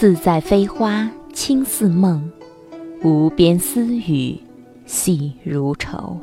自在飞花轻似梦，无边丝雨细如愁。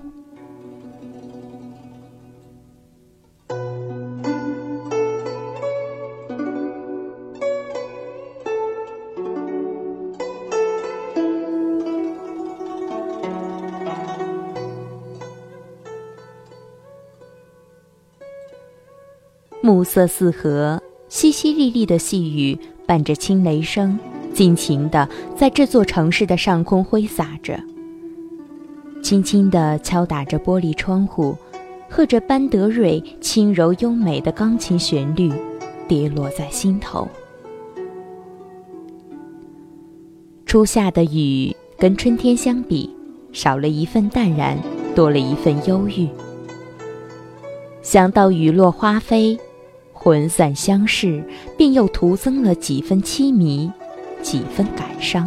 暮色四合，淅淅沥沥的细雨伴着轻雷声，尽情地在这座城市的上空挥洒着，轻轻地敲打着玻璃窗户，和着班德瑞轻柔优美的钢琴旋律，跌落在心头。初夏的雨跟春天相比，少了一份淡然，多了一份忧郁。想到雨落花飞，魂散相识，便又徒增了几分凄迷，几分感伤。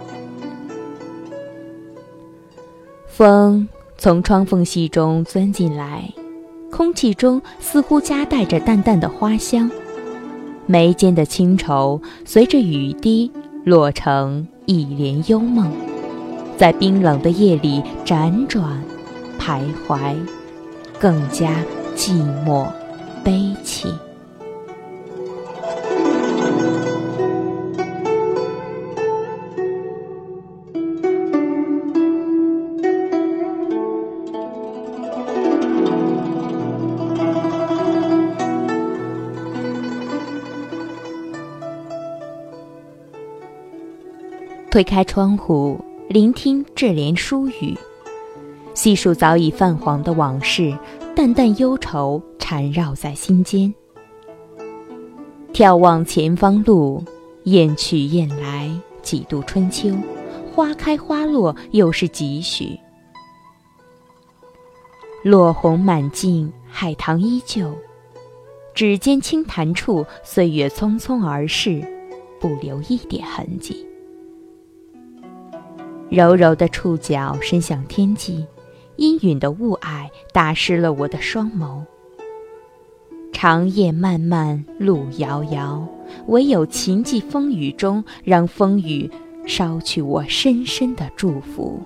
风从窗缝隙中钻进来，空气中似乎夹带着淡淡的花香，眉间的清愁随着雨滴落成一帘幽梦，在冰冷的夜里辗转徘徊，更加寂寞悲戚。推开窗户，聆听这帘疏语，细数早已泛黄的往事，淡淡忧愁缠绕在心间。眺望前方路，雁去雁来，几度春秋，花开花落，又是几许。落红满径，海棠依旧，指尖轻弹处，岁月匆匆而逝，不留一点痕迹。柔柔的触角伸向天际，阴云的雾霭打湿了我的双眸。长夜漫漫，路遥遥，唯有情寄风雨中，让风雨捎去我深深的祝福。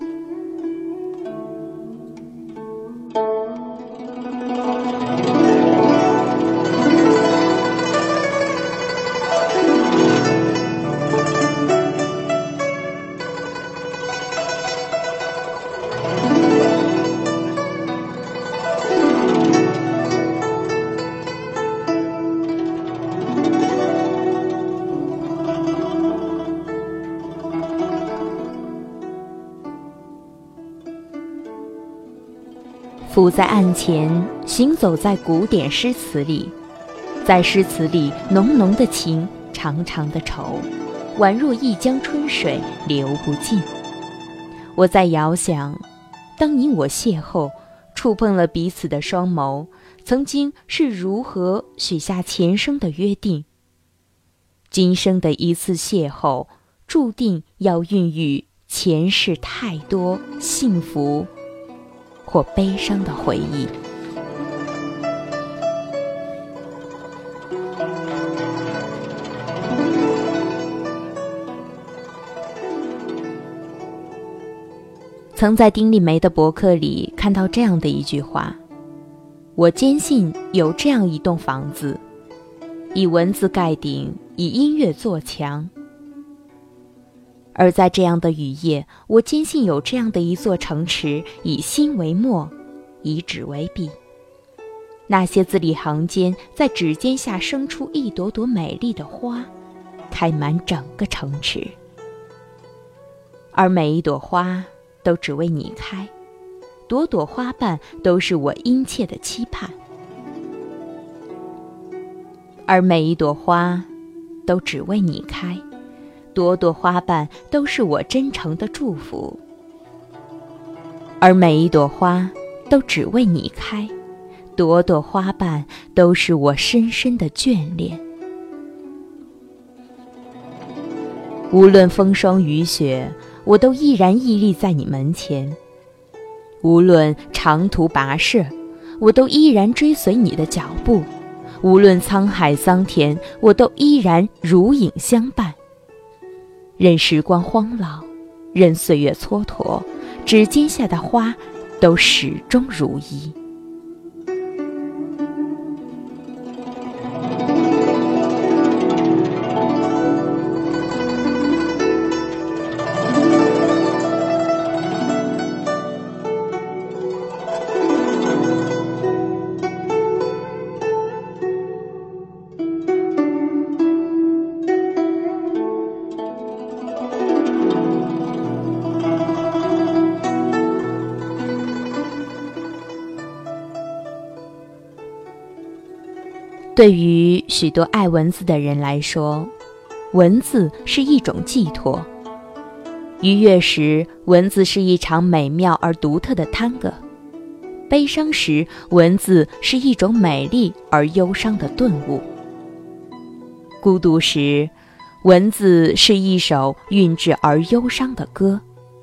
伏在案前，行走在古典诗词里，在诗词里，浓浓的情，长长的愁，宛若一江春水流不尽。我在遥想，当你我邂逅，触碰了彼此的双眸，曾经是如何许下前生的约定。今生的一次邂逅，注定要孕育前世太多幸福或悲伤的回忆。曾在丁立梅的博客里看到这样的一句话：我坚信有这样一栋房子，以文字盖顶，以音乐作墙。而在这样的雨夜，我坚信有这样的一座城池，以心为墨，以纸为笔。那些字里行间，在指尖下生出一朵朵美丽的花，开满整个城池。而每一朵花都只为你开，朵朵花瓣都是我殷切的期盼。而每一朵花都只为你开，朵朵花瓣都是我真诚的祝福。而每一朵花都只为你开，朵朵花瓣都是我深深的眷恋。无论风霜雨雪，我都依然屹立在你门前；无论长途跋涉，我都依然追随你的脚步；无论沧海桑田，我都依然如影相伴。 任时光荒老，任岁月蹉跎，指尖下的花都始终如一。对于许多爱文字的人来说，文字是一种寄托。愉悦时，文字是一场美妙而独特的探戈；悲伤时，文字是一种美丽而忧伤的顿悟；孤独时，文字是一首韵致而忧伤的歌。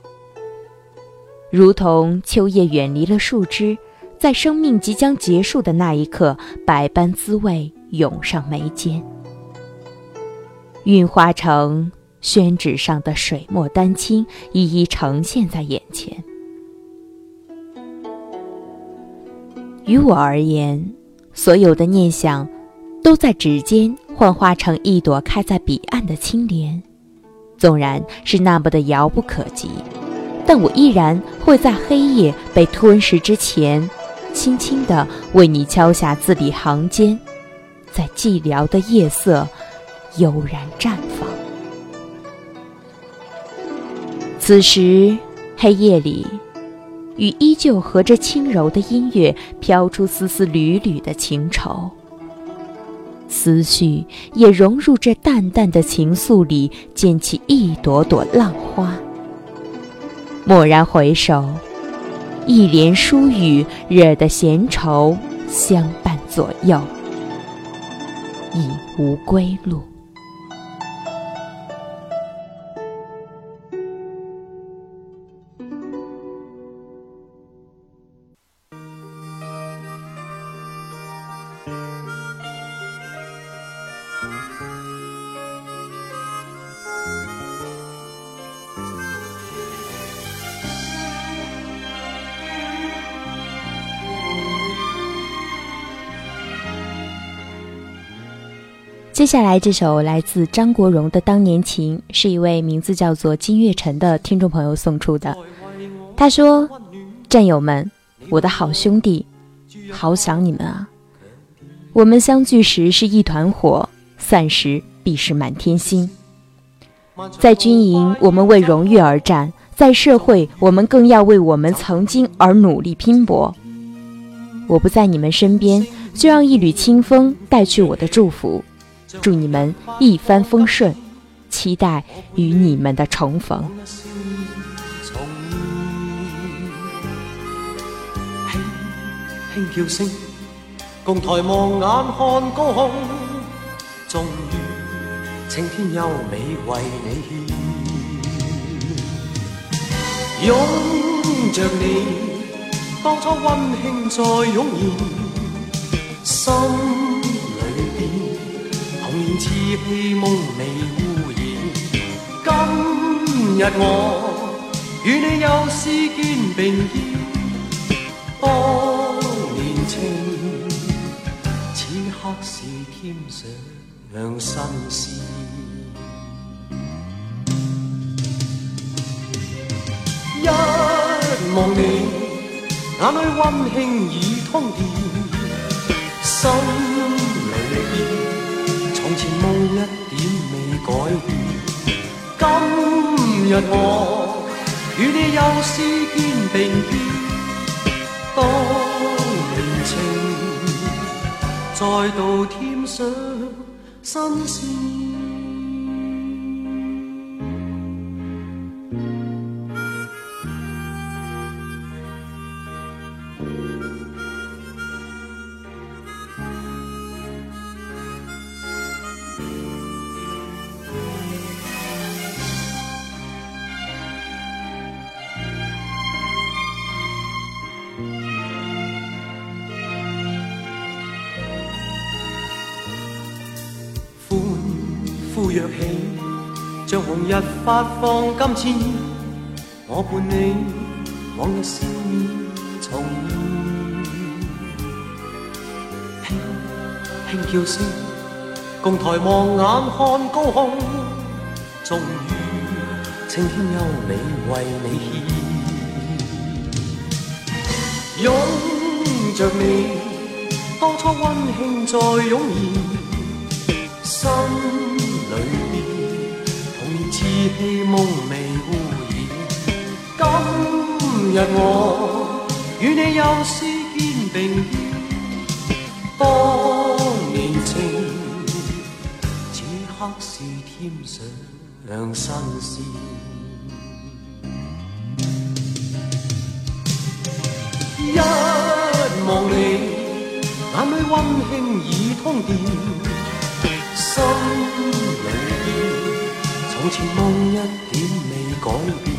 如同秋叶远离了树枝，在生命即将结束的那一刻，百般滋味涌上眉间，晕化成宣纸上的水墨丹青，一一呈现在眼前。于我而言，所有的念想都在指尖幻化成一朵开在彼岸的青莲，纵然是那么的遥不可及，但我依然会在黑夜被吞噬之前，轻轻地为你敲下字里行间，在寂寥的夜色悠然绽放。此时黑夜里，雨依旧和着轻柔的音乐飘出丝丝缕缕的情愁，思绪也融入这淡淡的情愫里，溅起一朵朵浪花。蓦然回首，一帘疏雨惹得闲愁相伴左右，已无归路。接下来这首来自张国荣的《当年情》，是一位名字叫做金月晨的听众朋友送出的。他说：战友们，我的好兄弟，好想你们啊！我们相聚时是一团火，散时必是满天星。在军营，我们为荣誉而战；在社会，我们更要为我们曾经而努力拼搏。我不在你们身边，就让一缕清风带去我的祝福。祝你们一帆风顺，期待与你们的重逢。 輕輕叫聲，共抬望眼看高空，終於青天優美為你獻，擁着你，當初溫馨再湧現，心裏邊童年稚氣夢未污染。今日我與你又試肩並肩，當年情此刻是添上新鮮。一望你，眼裏溫馨已通電，心裏邊從前夢一點未改變。今日我與你又試肩並肩，當年情再度添上新鮮。歡呼躍起， 像紅日發放金箭，我伴你往日笑面重現。輕輕叫聲，共抬望眼看高空，終於青天優美為你獻。擁着你，當初溫馨再湧現，心裏邊童年稚氣夢未污染。今日我與你又是肩並肩，當年情此刻是添上新鮮。一望你，眼裏溫馨已通電，心裏邊從前夢一點未改變。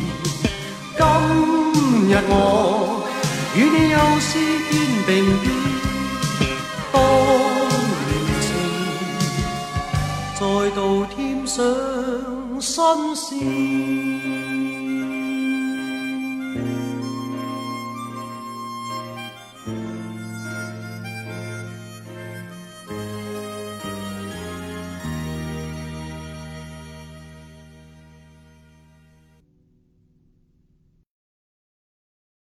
今日我與你又是肩並肩，當年情再度添上新鮮。